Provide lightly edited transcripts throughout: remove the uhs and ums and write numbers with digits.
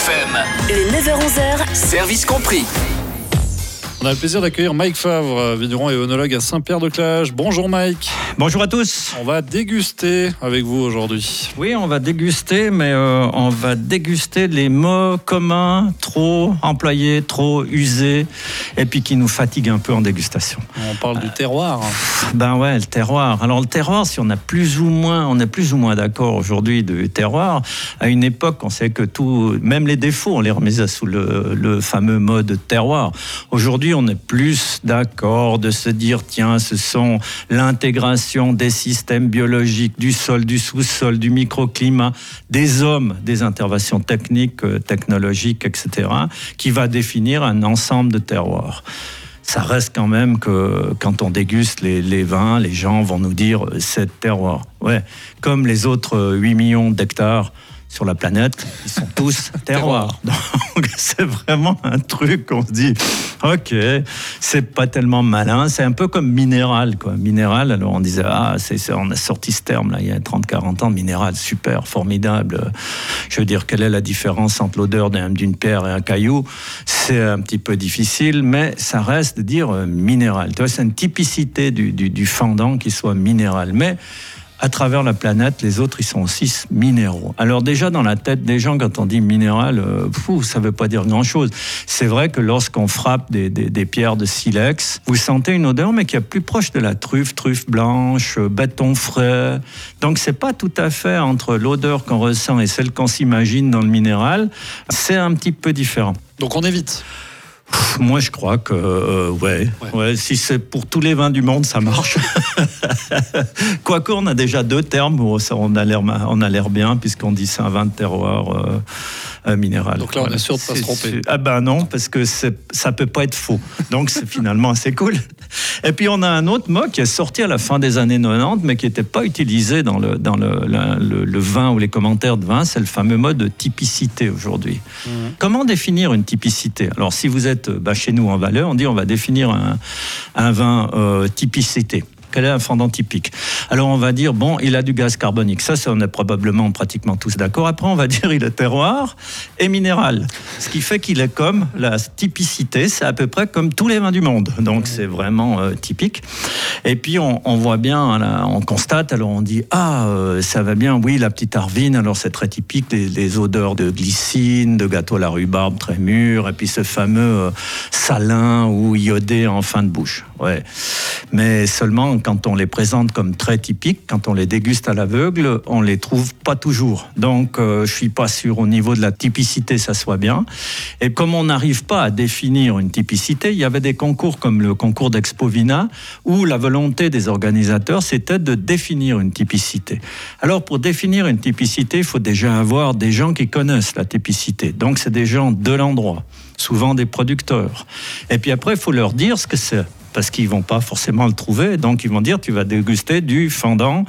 FM. Le 9h-11h, Service compris. On a le plaisir d'accueillir Mike Favre, vigneron et œnologue à Saint-Pierre-de-Clage. Bonjour Mike. Bonjour à tous. On va déguster avec vous aujourd'hui. Oui, on va déguster, mais on va déguster les mots communs, trop employés, trop usés, et puis qui nous fatiguent un peu en dégustation. On parle du terroir. Ben ouais, le terroir. Alors le terroir, si on est plus ou moins d'accord aujourd'hui du terroir, à une époque, on sait que tout, même les défauts, on les remettait sous le fameux mode terroir. Aujourd'hui, on est plus d'accord de se dire, tiens, ce sont l'intégration des systèmes biologiques, du sol, du sous-sol, du microclimat, des hommes, des interventions techniques, technologiques, etc., qui va définir un ensemble de terroirs. Ça reste quand même que quand on déguste les vins, les gens vont nous dire c'est terroir. Ouais, comme les autres 8 millions d'hectares sur la planète, ils sont tous terroirs. Donc c'est vraiment un truc qu'on se dit, ok, c'est pas tellement malin, c'est un peu comme minéral, quoi. Minéral, alors on disait, on a sorti ce terme là il y a 30-40 ans, minéral, super, formidable. Je veux dire, quelle est la différence entre l'odeur d'une pierre et un caillou? C'est un petit peu difficile, mais ça reste de dire minéral. Tu vois, c'est une typicité du fendant qui soit minéral. Mais à travers la planète, les autres, ils sont aussi minéraux. Alors déjà, dans la tête des gens, quand on dit minéral, ça ne veut pas dire grand-chose. C'est vrai que lorsqu'on frappe des pierres de silex, vous sentez une odeur, mais qui est plus proche de la truffe blanche, béton frais. Donc, c'est pas tout à fait entre l'odeur qu'on ressent et celle qu'on s'imagine dans le minéral. C'est un petit peu différent. Donc, on évite. Moi, je crois que, ouais, si c'est pour tous les vins du monde, ça marche. Quoique, on a déjà 2 termes où on a l'air bien, puisqu'on dit c'est un vin de terroir minéral. Donc là, on est sûr de ne pas se tromper. Ah ben non, parce que ça ne peut pas être faux. Donc, c'est finalement assez cool. Et puis, on a un autre mot qui est sorti à la fin des années 90, mais qui n'était pas utilisé dans le vin ou les commentaires de vin. C'est le fameux mot de typicité aujourd'hui. Comment définir une typicité? Alors, si vous êtes chez nous en Valais, on dit on va définir un vin typicité. Quel est un fendant typique? Alors on va dire, il a du gaz carbonique. Ça, on est probablement pratiquement tous d'accord. Après, on va dire il est terroir et minéral. Ce qui fait qu'il est comme la typicité, c'est à peu près comme tous les vins du monde. Donc c'est vraiment typique. Et puis on voit bien, on constate, alors on dit, ça va bien, oui, la petite Arvine, alors c'est très typique, les odeurs de glycine, de gâteau à la rhubarbe très mûr, et puis ce fameux salin ou iodé en fin de bouche. Ouais. Mais seulement quand on les présente comme très typiques, quand on les déguste à l'aveugle, on les trouve pas toujours. Donc, je suis pas sûr au niveau de la typicité, ça soit bien. Et comme on n'arrive pas à définir une typicité, il y avait des concours comme le concours d'Expovina, où la volonté des organisateurs, c'était de définir une typicité. Alors, pour définir une typicité, il faut déjà avoir des gens qui connaissent la typicité. Donc, c'est des gens de l'endroit, souvent des producteurs. Et puis après, il faut leur dire ce que c'est, parce qu'ils ne vont pas forcément le trouver. Donc, ils vont dire, tu vas déguster du fendant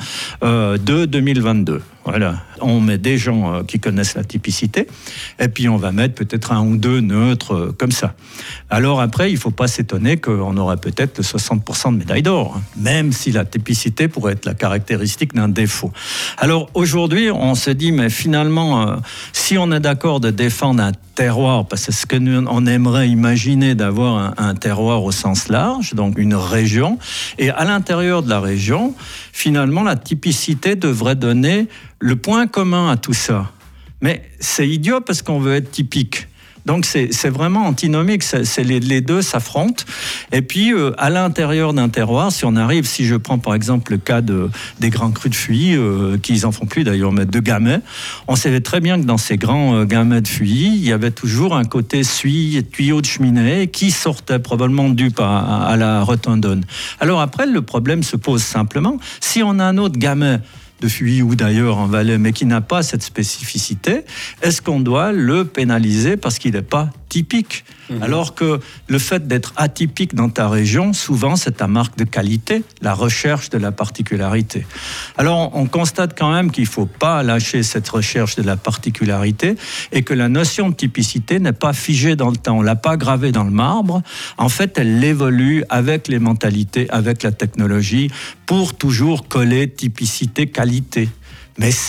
de 2022. Voilà. On met des gens qui connaissent la typicité, et puis on va mettre peut-être 1 ou 2 neutres comme ça. Alors après, il ne faut pas s'étonner qu'on aurait peut-être 60% de médaille d'or, hein, même si la typicité pourrait être la caractéristique d'un défaut. Alors aujourd'hui, on se dit, mais finalement, si on est d'accord de défendre un terroir, parce que ce que nous, on aimerait imaginer d'avoir un terroir au sens large, donc une région, et à l'intérieur de la région, finalement, la typicité devrait donner le point commun à tout ça. Mais c'est idiot parce qu'on veut être typique. Donc c'est vraiment antinomique, les deux s'affrontent. Et puis à l'intérieur d'un terroir, si je prends par exemple le cas des grands crus de Fuy, qu'ils en font plus d'ailleurs, mais de Gamay, on savait très bien que dans ces grands gamets de Fuy, il y avait toujours un côté suie, tuyau de cheminée qui sortait probablement du pas à la Rotondone. Alors après, le problème se pose simplement, si on a un autre Gamay de Fuy ou d'ailleurs en Valais, mais qui n'a pas cette spécificité, est-ce qu'on doit le pénaliser parce qu'il n'est pas typique ? Alors que le fait d'être atypique dans ta région, souvent c'est ta marque de qualité, la recherche de la particularité. Alors on constate quand même qu'il ne faut pas lâcher cette recherche de la particularité et que la notion de typicité n'est pas figée dans le temps, on ne l'a pas gravée dans le marbre. En fait, elle évolue avec les mentalités, avec la technologie, pour toujours coller typicité, qualité. Mais c'est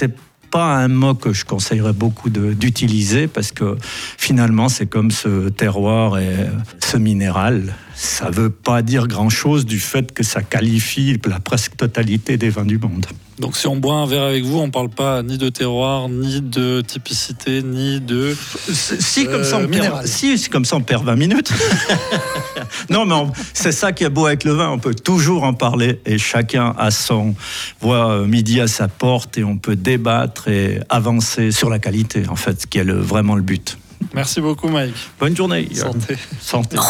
pas un mot que je conseillerais beaucoup d'utiliser parce que finalement, c'est comme ce terroir et ce minéral. Ça veut pas dire grand-chose du fait que ça qualifie la presque totalité des vins du monde. Donc si on boit un verre avec vous, on ne parle pas ni de terroir, ni de typicité, ni de si comme ça on perd 20 minutes. Non, mais c'est ça qui est beau avec le vin. On peut toujours en parler et chacun a son voix midi à sa porte et on peut débattre et avancer sur la qualité, en fait, qui est vraiment le but. Merci beaucoup, Mike. Bonne journée. Santé. Santé.